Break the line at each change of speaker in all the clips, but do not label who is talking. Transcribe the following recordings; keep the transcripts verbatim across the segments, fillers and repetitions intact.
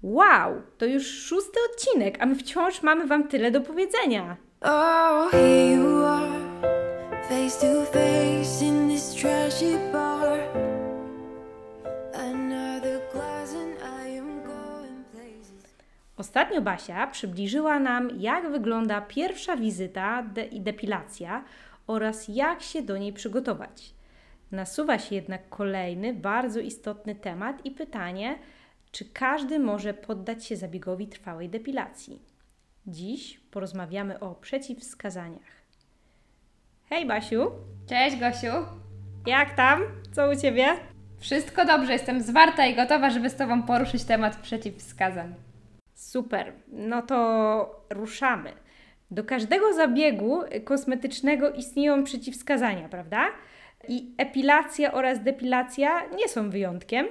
Wow, to już szósty odcinek, a my wciąż mamy Wam tyle do powiedzenia.
Oh, here you are, face to face in this trashy bar. Another glass and I am going places.
Ostatnio Basia przybliżyła nam, jak wygląda pierwsza wizyta de- i depilacja oraz jak się do niej przygotować. Nasuwa się jednak kolejny, bardzo istotny temat i pytanie, czy każdy może poddać się zabiegowi trwałej depilacji. Dziś porozmawiamy o przeciwwskazaniach. Hej Basiu!
Cześć Gosiu!
Jak tam? Co u Ciebie?
Wszystko dobrze, jestem zwarta i gotowa, żeby z Tobą poruszyć temat przeciwwskazań.
Super, no to ruszamy. Do każdego zabiegu kosmetycznego istnieją przeciwwskazania, prawda? I epilacja oraz depilacja nie są wyjątkiem.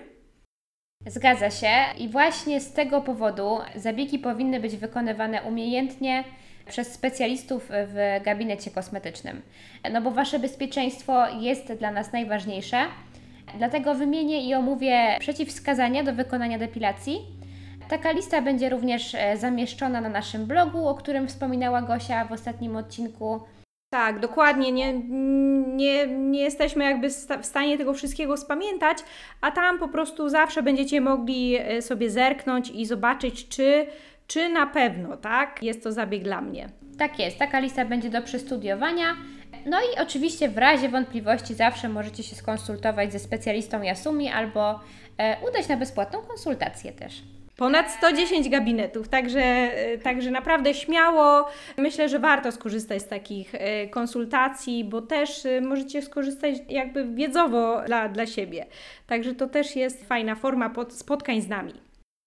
Zgadza się i właśnie z tego powodu zabiegi powinny być wykonywane umiejętnie przez specjalistów w gabinecie kosmetycznym. No bo Wasze bezpieczeństwo jest dla nas najważniejsze. Dlatego wymienię i omówię przeciwwskazania do wykonania depilacji. Taka lista będzie również zamieszczona na naszym blogu, o którym wspominała Gosia w ostatnim odcinku.
Tak, dokładnie. Nie, nie, nie jesteśmy jakby w stanie tego wszystkiego spamiętać, a tam po prostu zawsze będziecie mogli sobie zerknąć i zobaczyć, czy, czy na pewno, tak, jest to zabieg dla mnie.
Tak jest, taka lista będzie do przestudiowania. No i oczywiście w razie wątpliwości zawsze możecie się skonsultować ze specjalistą Yasumi albo e, udać na bezpłatną konsultację też.
Ponad sto dziesięć gabinetów, także, także naprawdę śmiało. Myślę, że warto skorzystać z takich konsultacji, bo też możecie skorzystać jakby wiedzowo dla, dla siebie. Także to też jest fajna forma spotkań z nami.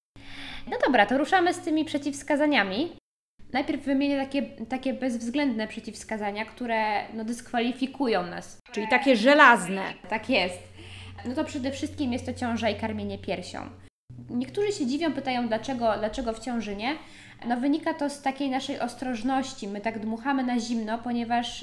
No dobra, to ruszamy z tymi przeciwwskazaniami. Najpierw wymienię takie, takie bezwzględne przeciwwskazania, które no, dyskwalifikują nas.
Czyli takie żelazne.
Tak jest. No to przede wszystkim jest to ciąża i karmienie piersią. Niektórzy się dziwią, pytają dlaczego, dlaczego w ciąży nie. No wynika to z takiej naszej ostrożności. My tak dmuchamy na zimno, ponieważ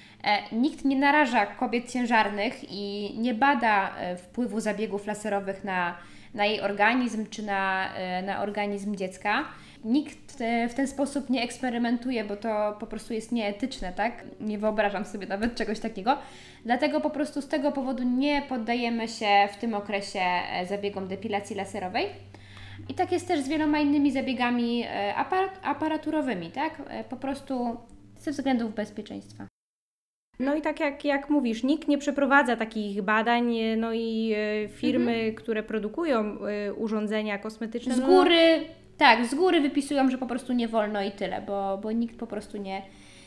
e, nikt nie naraża kobiet ciężarnych i nie bada e, wpływu zabiegów laserowych na, na jej organizm czy na, e, na organizm dziecka. Nikt e, w ten sposób nie eksperymentuje, bo to po prostu jest nieetyczne, tak? Nie wyobrażam sobie nawet czegoś takiego. Dlatego po prostu z tego powodu nie poddajemy się w tym okresie e, zabiegom depilacji laserowej. I tak jest też z wieloma innymi zabiegami e, aparat, aparaturowymi, tak? E, po prostu ze względów bezpieczeństwa.
No i tak jak, jak mówisz, nikt nie przeprowadza takich badań, no i e, firmy, mhm. które produkują e, urządzenia kosmetyczne...
Z góry... Tak, z góry wypisują, że po prostu nie wolno i tyle, bo, bo nikt po prostu nie,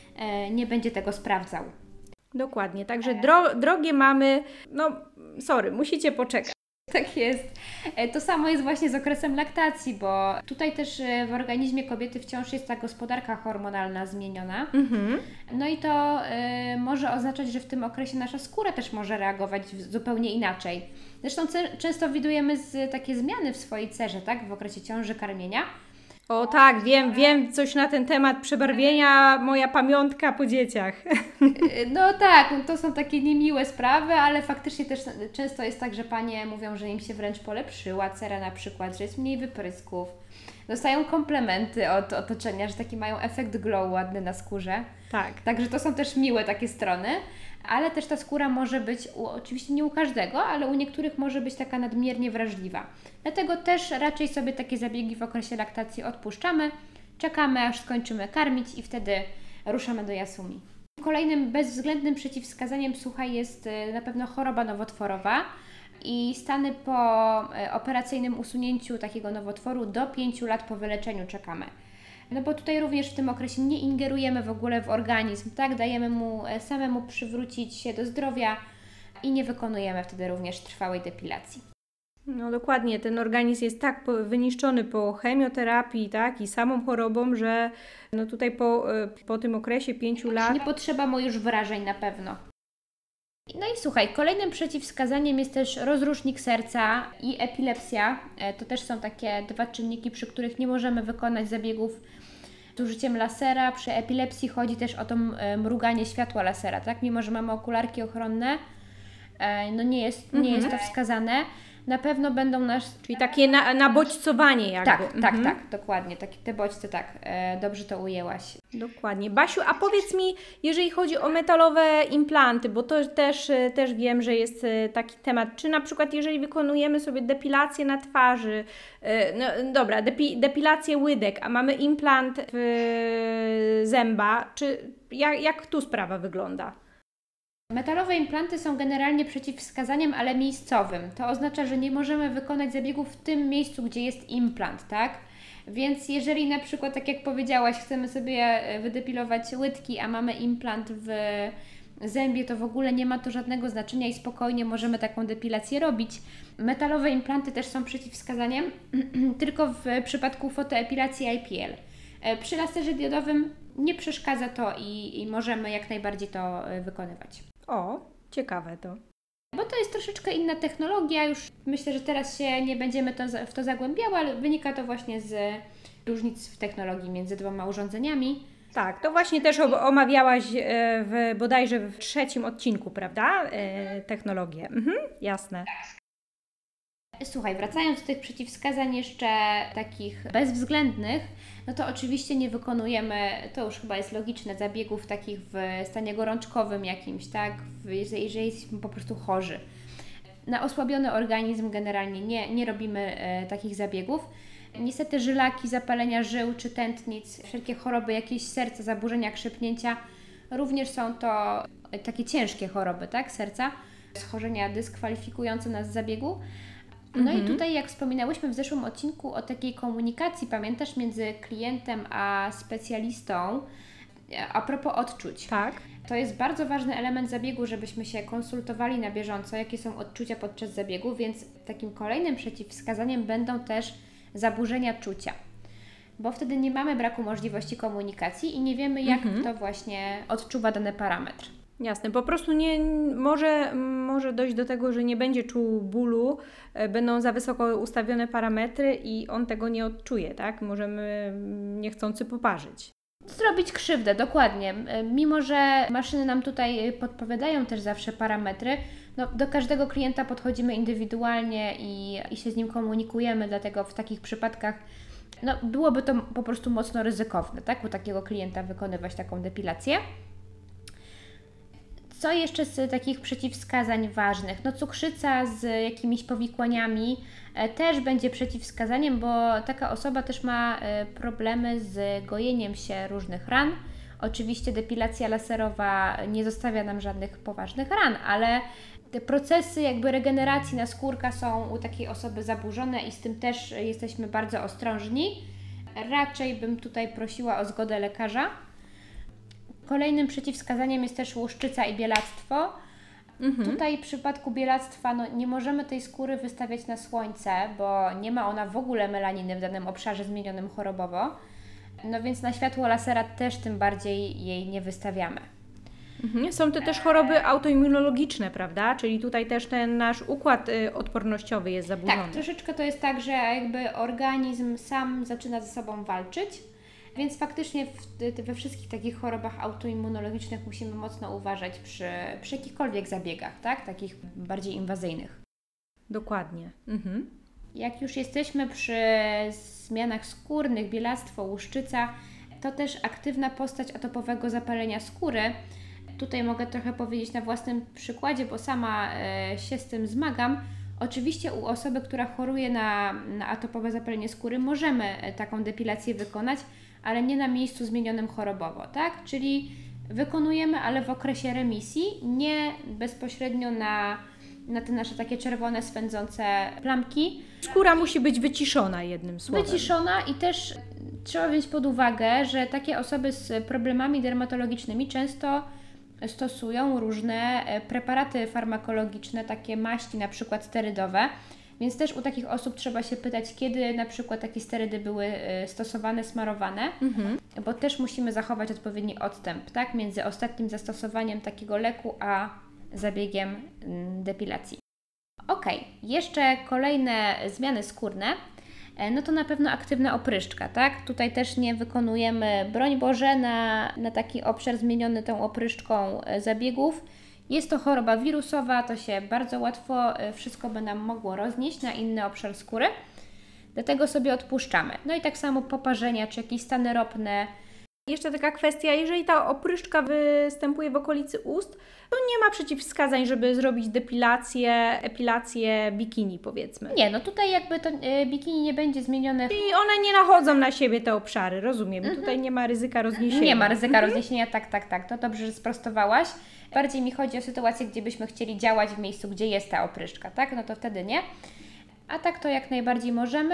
e, nie będzie tego sprawdzał.
Dokładnie, także dro, drogie mamy, no sorry, musicie poczekać.
Tak jest. E, to samo jest właśnie z okresem laktacji, bo tutaj też e, w organizmie kobiety wciąż jest ta gospodarka hormonalna zmieniona. Mhm. No i to e, może oznaczać, że w tym okresie nasza skóra też może reagować zupełnie inaczej. Zresztą ce- często widujemy z, takie zmiany w swojej cerze, tak? W okresie ciąży, karmienia.
O tak, wiem, wiem coś na ten temat przebarwienia, moja pamiątka po dzieciach.
No tak, no to są takie niemiłe sprawy, ale faktycznie też często jest tak, że panie mówią, że im się wręcz polepszyła cera na przykład, że jest mniej wyprysków. Dostają komplementy od otoczenia, że taki mają efekt glow ładny na skórze.
Tak.
Także to są też miłe takie strony, ale też ta skóra może być, u, oczywiście nie u każdego, ale u niektórych może być taka nadmiernie wrażliwa. Dlatego też raczej sobie takie zabiegi w okresie laktacji odpuszczamy, czekamy aż skończymy karmić i wtedy ruszamy do Yasumi. Kolejnym bezwzględnym przeciwwskazaniem, słuchaj, jest na pewno choroba nowotworowa i stany po operacyjnym usunięciu takiego nowotworu do pięciu lat po wyleczeniu czekamy. No bo tutaj również w tym okresie nie ingerujemy w ogóle w organizm, tak? Dajemy mu samemu przywrócić się do zdrowia i nie wykonujemy wtedy również trwałej depilacji.
No dokładnie, ten organizm jest tak wyniszczony po chemioterapii, tak, i samą chorobą, że no tutaj po, po tym okresie pięciu lat...
Nie potrzeba mu już wrażeń na pewno. No i słuchaj, kolejnym przeciwwskazaniem jest też rozrusznik serca i epilepsja. To też są takie dwa czynniki, przy których nie możemy wykonać zabiegów z użyciem lasera. Przy epilepsji chodzi też o to mruganie światła lasera, tak? Mimo że mamy okularki ochronne, no nie jest, nie jest to wskazane. na pewno będą nas...
Czyli takie na, nabodźcowanie jakby.
Tak, tak,
Mhm.
tak, dokładnie. Takie, te bodźce, tak, e, dobrze to ujęłaś.
Dokładnie. Basiu, a powiedz mi, jeżeli chodzi o metalowe implanty, bo to też, też wiem, że jest taki temat, czy na przykład jeżeli wykonujemy sobie depilację na twarzy, no dobra, depi, depilację łydek, a mamy implant w zęba, czy jak, jak tu sprawa wygląda?
Metalowe implanty są generalnie przeciwwskazaniem, ale miejscowym. To oznacza, że nie możemy wykonać zabiegu w tym miejscu, gdzie jest implant, tak? Więc jeżeli na przykład, tak jak powiedziałaś, chcemy sobie wydepilować łydki, a mamy implant w zębie, to w ogóle nie ma to żadnego znaczenia i spokojnie możemy taką depilację robić. Metalowe implanty też są przeciwwskazaniem, tylko w przypadku fotoepilacji I P L. Przy laserze diodowym nie przeszkadza to i, i możemy jak najbardziej to wykonywać.
O, ciekawe to.
Bo to jest troszeczkę inna technologia, już myślę, że teraz się nie będziemy to, w to zagłębiały, ale wynika to właśnie z różnic w technologii między dwoma urządzeniami.
Tak, to właśnie też omawiałaś w, bodajże w trzecim odcinku, prawda? E, technologię. Mhm, jasne.
Słuchaj, wracając do tych przeciwwskazań jeszcze takich bezwzględnych, no to oczywiście nie wykonujemy, to już chyba jest logiczne, zabiegów takich w stanie gorączkowym jakimś, tak? Jeżeli jesteśmy po prostu chorzy. Na osłabiony organizm generalnie nie, nie robimy e, takich zabiegów. Niestety żylaki, zapalenia żył czy tętnic, wszelkie choroby jakieś serca, zaburzenia krzepnięcia, również są to takie ciężkie choroby, tak? Serca, schorzenia dyskwalifikujące nas z zabiegu. No
Mhm.
i tutaj, jak wspominałyśmy w zeszłym odcinku o takiej komunikacji, pamiętasz, między klientem a specjalistą, a propos odczuć.
Tak.
To jest bardzo ważny element zabiegu, żebyśmy się konsultowali na bieżąco, jakie są odczucia podczas zabiegu, więc takim kolejnym przeciwwskazaniem będą też zaburzenia czucia. Bo wtedy nie mamy braku możliwości komunikacji i nie wiemy, jak
Mhm.
to właśnie odczuwa dany parametr.
Jasne, po prostu nie może, może dojść do tego, że nie będzie czuł bólu, e, będą za wysoko ustawione parametry i on tego nie odczuje, tak? Możemy mm, niechcący poparzyć.
Zrobić krzywdę, dokładnie. Mimo że maszyny nam tutaj podpowiadają też zawsze parametry, no, do każdego klienta podchodzimy indywidualnie i, i się z nim komunikujemy, dlatego w takich przypadkach no, byłoby to po prostu mocno ryzykowne, tak? U takiego klienta wykonywać taką depilację. Co jeszcze z takich przeciwwskazań ważnych? No cukrzyca z jakimiś powikłaniami e, też będzie przeciwwskazaniem, bo taka osoba też ma e, problemy z gojeniem się różnych ran. Oczywiście depilacja laserowa nie zostawia nam żadnych poważnych ran, ale te procesy jakby regeneracji naskórka są u takiej osoby zaburzone i z tym też jesteśmy bardzo ostrożni. Raczej bym tutaj prosiła o zgodę lekarza. Kolejnym przeciwwskazaniem jest też łuszczyca i bielactwo.
Mhm.
Tutaj w przypadku bielactwa no, nie możemy tej skóry wystawiać na słońce, bo nie ma ona w ogóle melaniny w danym obszarze zmienionym chorobowo. No więc na światło lasera też tym bardziej jej nie wystawiamy.
Mhm. Są to też choroby autoimmunologiczne, prawda? Czyli tutaj też ten nasz układ y, odpornościowy jest zaburzony.
Tak, troszeczkę to jest tak, że jakby organizm sam zaczyna ze sobą walczyć. Więc faktycznie w, we wszystkich takich chorobach autoimmunologicznych musimy mocno uważać przy, przy jakichkolwiek zabiegach, tak? Takich bardziej inwazyjnych.
Dokładnie. Mhm.
Jak już jesteśmy przy zmianach skórnych, bielactwo, łuszczyca, to też aktywna postać atopowego zapalenia skóry. Tutaj mogę trochę powiedzieć na własnym przykładzie, bo sama e, się z tym zmagam. Oczywiście u osoby, która choruje na, na atopowe zapalenie skóry, możemy taką depilację wykonać, ale nie na miejscu zmienionym chorobowo, tak? Czyli wykonujemy, ale w okresie remisji, nie bezpośrednio na, na te nasze takie czerwone, swędzące plamki.
Skóra musi być wyciszona, jednym słowem.
Wyciszona i też trzeba wziąć pod uwagę, że takie osoby z problemami dermatologicznymi często stosują różne preparaty farmakologiczne, takie maści, na przykład sterydowe, więc też u takich osób trzeba się pytać, kiedy na przykład takie sterydy były stosowane, smarowane,
Mhm.
bo też musimy zachować odpowiedni odstęp, tak, między ostatnim zastosowaniem takiego leku, a zabiegiem depilacji. Ok, jeszcze kolejne zmiany skórne, no to na pewno aktywna opryszczka, tak? Tutaj też nie wykonujemy, broń Boże, na, na taki obszar zmieniony tą opryszczką zabiegów. Jest to choroba wirusowa, to się bardzo łatwo wszystko by nam mogło roznieść na inny obszar skóry. Dlatego sobie odpuszczamy. No i tak samo poparzenia, czy jakieś stany ropne.
Jeszcze taka kwestia, jeżeli ta opryszczka występuje w okolicy ust, to nie ma przeciwwskazań, żeby zrobić depilację, epilację bikini, powiedzmy.
Nie, no tutaj jakby to y, bikini nie będzie zmienione.
I one nie nachodzą na siebie te obszary, rozumiem. Mhm. Tutaj nie ma ryzyka rozniesienia.
Nie ma ryzyka rozniesienia, tak, tak, tak. To dobrze, że sprostowałaś. Bardziej mi chodzi o sytuację, gdzie byśmy chcieli działać w miejscu, gdzie jest ta opryszczka, tak? No to wtedy nie. A tak to jak najbardziej możemy.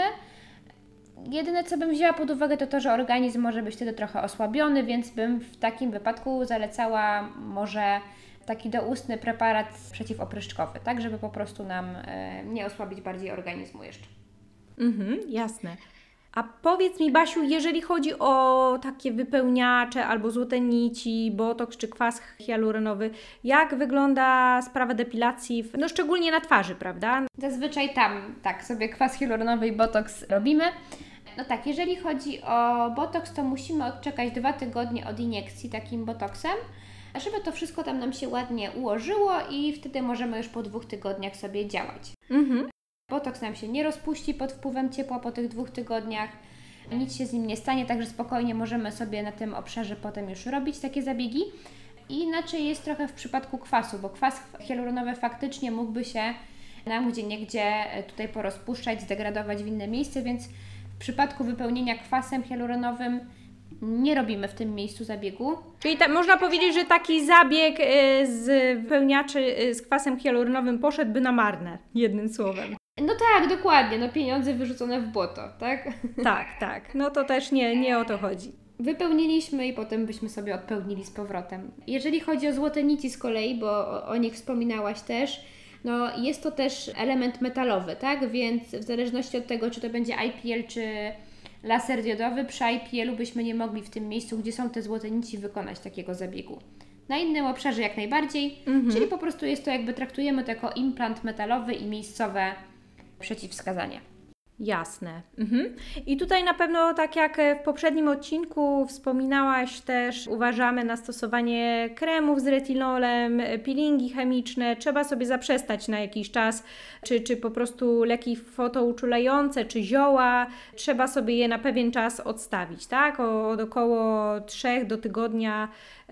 Jedyne, co bym wzięła pod uwagę, to to, że organizm może być wtedy trochę osłabiony, więc bym w takim wypadku zalecała może taki doustny preparat przeciwopryszczkowy, tak, żeby po prostu nam e, nie osłabić bardziej organizmu jeszcze.
Mhm, jasne. A powiedz mi, Basiu, jeżeli chodzi o takie wypełniacze albo złote nici, botoks czy kwas hialuronowy, jak wygląda sprawa depilacji, w, no szczególnie na twarzy, prawda?
Zazwyczaj tam, tak, sobie kwas hialuronowy i botoks robimy. No tak, jeżeli chodzi o botoks, to musimy odczekać dwa tygodnie od iniekcji takim botoksem, żeby to wszystko tam nam się ładnie ułożyło i wtedy możemy już po dwóch tygodniach sobie działać.
Mhm.
Botoks nam się nie rozpuści pod wpływem ciepła po tych dwóch tygodniach, nic się z nim nie stanie, także spokojnie możemy sobie na tym obszarze potem już robić takie zabiegi. I inaczej jest trochę w przypadku kwasu, bo kwas hialuronowy faktycznie mógłby się nam gdzieniegdzie tutaj porozpuszczać, zdegradować w inne miejsce, więc w przypadku wypełnienia kwasem hialuronowym nie robimy w tym miejscu zabiegu.
Czyli ta, można powiedzieć, że taki zabieg y, z wypełniaczy y, z kwasem hialuronowym poszedłby na marne, jednym słowem.
No tak, dokładnie, no pieniądze wyrzucone w błoto, tak?
Tak, tak, no to też nie, nie o to chodzi.
Wypełniliśmy i potem byśmy sobie odpełnili z powrotem. Jeżeli chodzi o złote nici z kolei, bo o, o nich wspominałaś też, no jest to też element metalowy, tak? Więc w zależności od tego, czy to będzie I P L, czy laser diodowy, przy I P L-u byśmy nie mogli w tym miejscu, gdzie są te złote nici, wykonać takiego zabiegu. Na innym obszarze jak najbardziej, mhm. czyli po prostu jest to jakby traktujemy to jako implant metalowy i miejscowe przeciwwskazanie.
Jasne. Mhm. I tutaj na pewno, tak jak w poprzednim odcinku wspominałaś też, uważamy na stosowanie kremów z retinolem, peelingi chemiczne. Trzeba sobie zaprzestać na jakiś czas, czy, czy po prostu leki fotouczulające, czy zioła. Trzeba sobie je na pewien czas odstawić, tak? Od około trzech do tygodnia,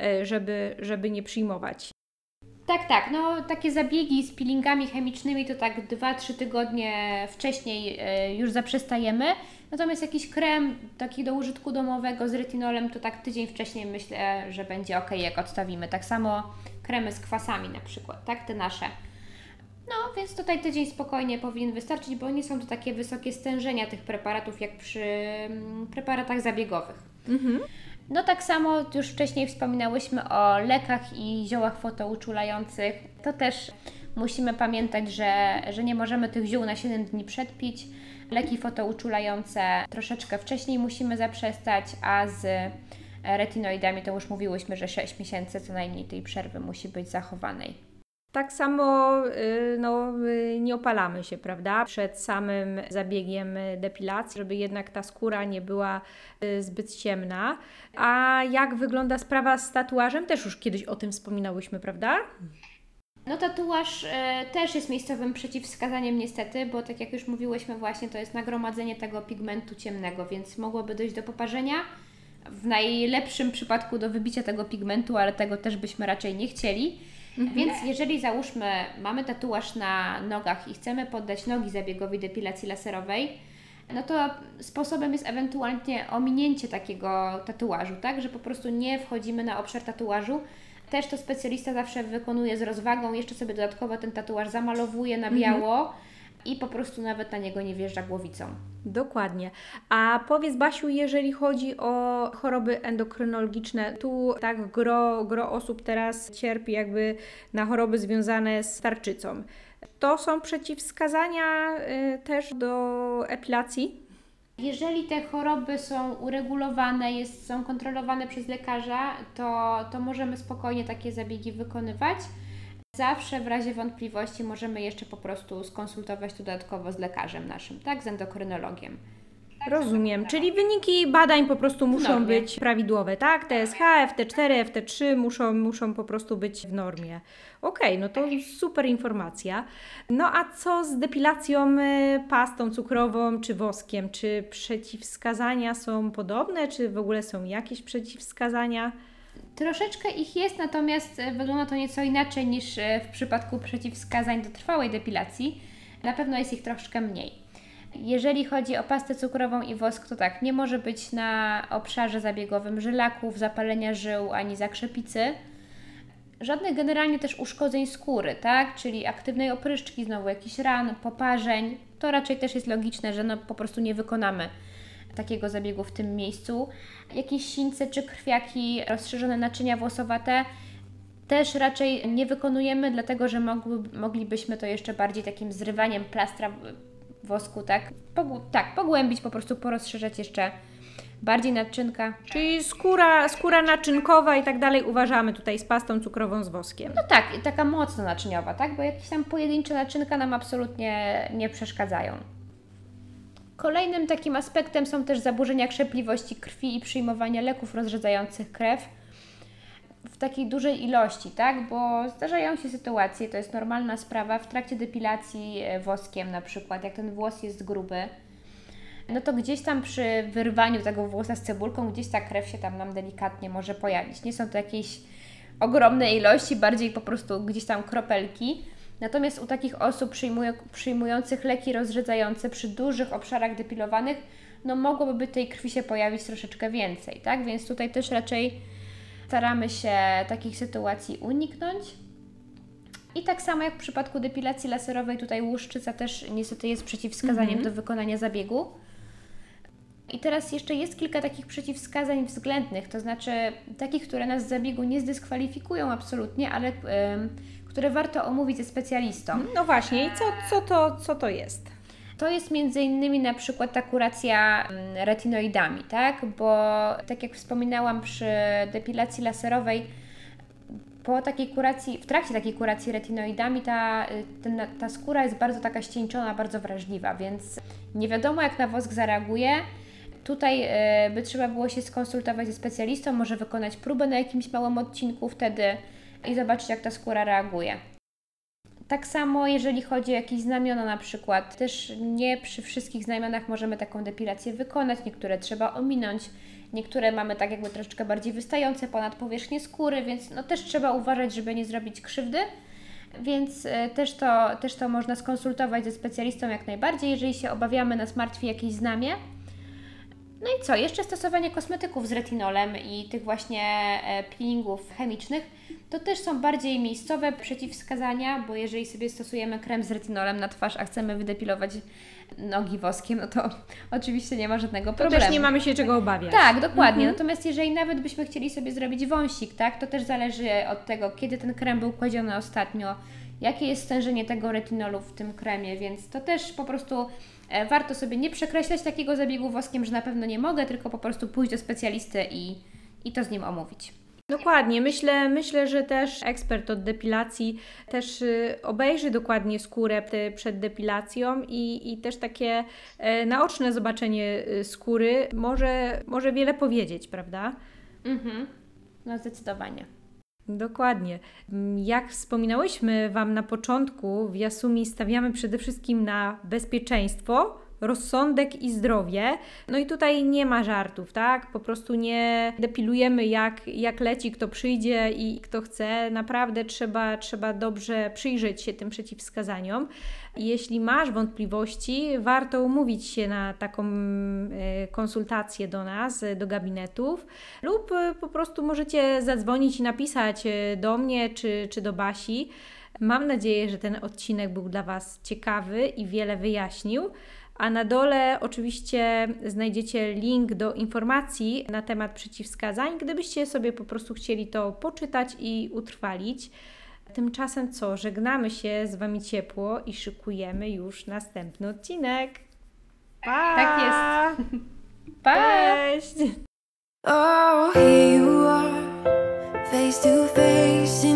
żeby, żeby nie przyjmować.
Tak, tak. No takie zabiegi z peelingami chemicznymi to tak dwa trzy tygodnie wcześniej y, już zaprzestajemy. Natomiast jakiś krem taki do użytku domowego z retinolem to tak tydzień wcześniej myślę, że będzie ok, jak odstawimy. Tak samo kremy z kwasami na przykład, tak? Te nasze. No więc tutaj tydzień spokojnie powinien wystarczyć, bo nie są to takie wysokie stężenia tych preparatów jak przy mm, preparatach zabiegowych. Mhm. No tak samo już wcześniej wspominałyśmy o lekach i ziołach fotouczulających. To też musimy pamiętać, że, że nie możemy tych ziół na siedem dni przedpić. Leki fotouczulające troszeczkę wcześniej musimy zaprzestać, a z retinoidami to już mówiłyśmy, że sześć miesięcy co najmniej tej przerwy musi być zachowanej.
Tak samo no, nie opalamy się, prawda, przed samym zabiegiem depilacji, żeby jednak ta skóra nie była zbyt ciemna. A jak wygląda sprawa z tatuażem? Też już kiedyś o tym wspominałyśmy, prawda?
No tatuaż y, też jest miejscowym przeciwwskazaniem niestety, bo tak jak już mówiłyśmy właśnie, to jest nagromadzenie tego pigmentu ciemnego, więc mogłoby dojść do poparzenia. W najlepszym przypadku do wybicia tego pigmentu, ale tego też byśmy raczej nie chcieli. Mhm. Więc jeżeli załóżmy, mamy tatuaż na nogach i chcemy poddać nogi zabiegowi depilacji laserowej, no to sposobem jest ewentualnie ominięcie takiego tatuażu, tak, że po prostu nie wchodzimy na obszar tatuażu. Też to specjalista zawsze wykonuje z rozwagą, jeszcze sobie dodatkowo ten tatuaż zamalowuje na biało mhm. i po prostu nawet na niego nie wjeżdża głowicą.
Dokładnie. A powiedz, Basiu, jeżeli chodzi o choroby endokrynologiczne, tu tak gro, gro osób teraz cierpi jakby na choroby związane z tarczycą. To są przeciwwskazania y, też do epilacji?
Jeżeli te choroby są uregulowane, jest, są kontrolowane przez lekarza, to, to możemy spokojnie takie zabiegi wykonywać. Zawsze w razie wątpliwości możemy jeszcze po prostu skonsultować to dodatkowo z lekarzem naszym, tak, z endokrynologiem.
Rozumiem, czyli wyniki badań po prostu muszą
normie.
być prawidłowe, tak? T S H, F T cztery, F T trzy muszą, muszą po prostu być w normie. Okej, no to super informacja. No a co z depilacją y, pastą cukrową czy woskiem? Czy przeciwwskazania są podobne, czy w ogóle są jakieś przeciwwskazania?
Troszeczkę ich jest, natomiast e, wygląda to nieco inaczej niż e, w przypadku przeciwwskazań do trwałej depilacji. Na pewno jest ich troszeczkę mniej. Jeżeli chodzi o pastę cukrową i wosk, to tak, nie może być na obszarze zabiegowym żylaków, zapalenia żył ani zakrzepicy. Żadnych generalnie też uszkodzeń skóry, tak? Czyli aktywnej opryszczki, znowu jakichś ran, poparzeń. To raczej też jest logiczne, że no po prostu nie wykonamy takiego zabiegu w tym miejscu. Jakieś sińce czy krwiaki, rozszerzone naczynia włosowate też raczej nie wykonujemy, dlatego że mogły, moglibyśmy to jeszcze bardziej takim zrywaniem plastra wosku, tak? Pogł- tak, pogłębić, po prostu porozszerzać jeszcze bardziej naczynka.
Czyli skóra, skóra naczynkowa i tak dalej uważamy tutaj z pastą cukrową z woskiem.
No tak, i taka mocno naczyniowa, tak? Bo jakieś tam pojedyncze naczynka nam absolutnie nie przeszkadzają. Kolejnym takim aspektem są też zaburzenia krzepliwości krwi i przyjmowania leków rozrzedzających krew w takiej dużej ilości, tak? Bo zdarzają się sytuacje, to jest normalna sprawa, w trakcie depilacji e, woskiem na przykład, jak ten włos jest gruby, no to gdzieś tam przy wyrwaniu tego włosa z cebulką, gdzieś ta krew się tam nam delikatnie może pojawić. Nie są to jakieś ogromne ilości, bardziej po prostu gdzieś tam kropelki. Natomiast u takich osób przyjmują, przyjmujących leki rozrzedzające przy dużych obszarach depilowanych, no mogłoby by tej krwi się pojawić troszeczkę więcej, tak? Więc tutaj też raczej staramy się takich sytuacji uniknąć. I tak samo jak w przypadku depilacji laserowej, tutaj łuszczyca też niestety jest przeciwwskazaniem
Mhm.
do wykonania zabiegu. I teraz jeszcze jest kilka takich przeciwwskazań względnych, to znaczy takich, które nas z zabiegu nie zdyskwalifikują absolutnie, ale ym, które warto omówić ze specjalistą.
No właśnie, i co, co, to, co to jest?
To jest między innymi na przykład ta kuracja mm, retinoidami, tak? Bo tak jak wspominałam przy depilacji laserowej, po takiej kuracji, w trakcie takiej kuracji retinoidami ta, y, ten, ta skóra jest bardzo taka ścieńczona, bardzo wrażliwa, więc nie wiadomo jak na wosk zareaguje. Tutaj y, by trzeba było się skonsultować ze specjalistą, może wykonać próbę na jakimś małym odcinku wtedy i zobaczyć jak ta skóra reaguje. Tak samo jeżeli chodzi o jakieś znamiona na przykład, też nie przy wszystkich znamionach możemy taką depilację wykonać, niektóre trzeba ominąć, niektóre mamy tak jakby troszeczkę bardziej wystające ponad powierzchnię skóry, więc no też trzeba uważać, żeby nie zrobić krzywdy, więc y, też, to, też to można skonsultować ze specjalistą jak najbardziej, jeżeli się obawiamy, nas martwi jakieś znamie. No i co? Jeszcze stosowanie kosmetyków z retinolem i tych właśnie e, peelingów chemicznych, to też są bardziej miejscowe przeciwwskazania, bo jeżeli sobie stosujemy krem z retinolem na twarz, a chcemy wydepilować nogi woskiem, no to oczywiście nie ma żadnego
To
problemu.
też nie mamy się czego obawiać.
Tak, dokładnie. Natomiast jeżeli nawet byśmy chcieli sobie zrobić wąsik, tak, to też zależy od tego, kiedy ten krem był kładziony ostatnio, jakie jest stężenie tego retinolu w tym kremie, więc to też po prostu e, warto sobie nie przekreślać takiego zabiegu woskiem, że na pewno nie mogę, tylko po prostu pójść do specjalisty i, i to z nim omówić.
Dokładnie. Myślę, myślę, że też ekspert od depilacji też y, obejrzy dokładnie skórę ty, przed depilacją i, i też takie e, naoczne zobaczenie y, skóry może, może wiele powiedzieć, prawda?
Mhm. No zdecydowanie.
Dokładnie. Mm, Jak wspominałyśmy Wam na początku, w Yasumi stawiamy przede wszystkim na bezpieczeństwo, rozsądek i zdrowie. No i tutaj nie ma żartów, tak? Po prostu nie depilujemy jak, jak leci, kto przyjdzie i kto chce. Naprawdę trzeba, trzeba dobrze przyjrzeć się tym przeciwwskazaniom. I jeśli masz wątpliwości, warto umówić się na taką e, konsultację do nas, e, do gabinetów lub e, po prostu możecie zadzwonić i napisać e, do mnie czy, czy do Basi. Mam nadzieję, że ten odcinek był dla Was ciekawy i wiele wyjaśnił. A na dole oczywiście znajdziecie link do informacji na temat przeciwwskazań, gdybyście sobie po prostu chcieli to poczytać i utrwalić. Tymczasem co? Żegnamy się z Wami ciepło i szykujemy już następny odcinek. Pa!
Tak jest. Pa!
Cześć!
Oh, here you are, face to face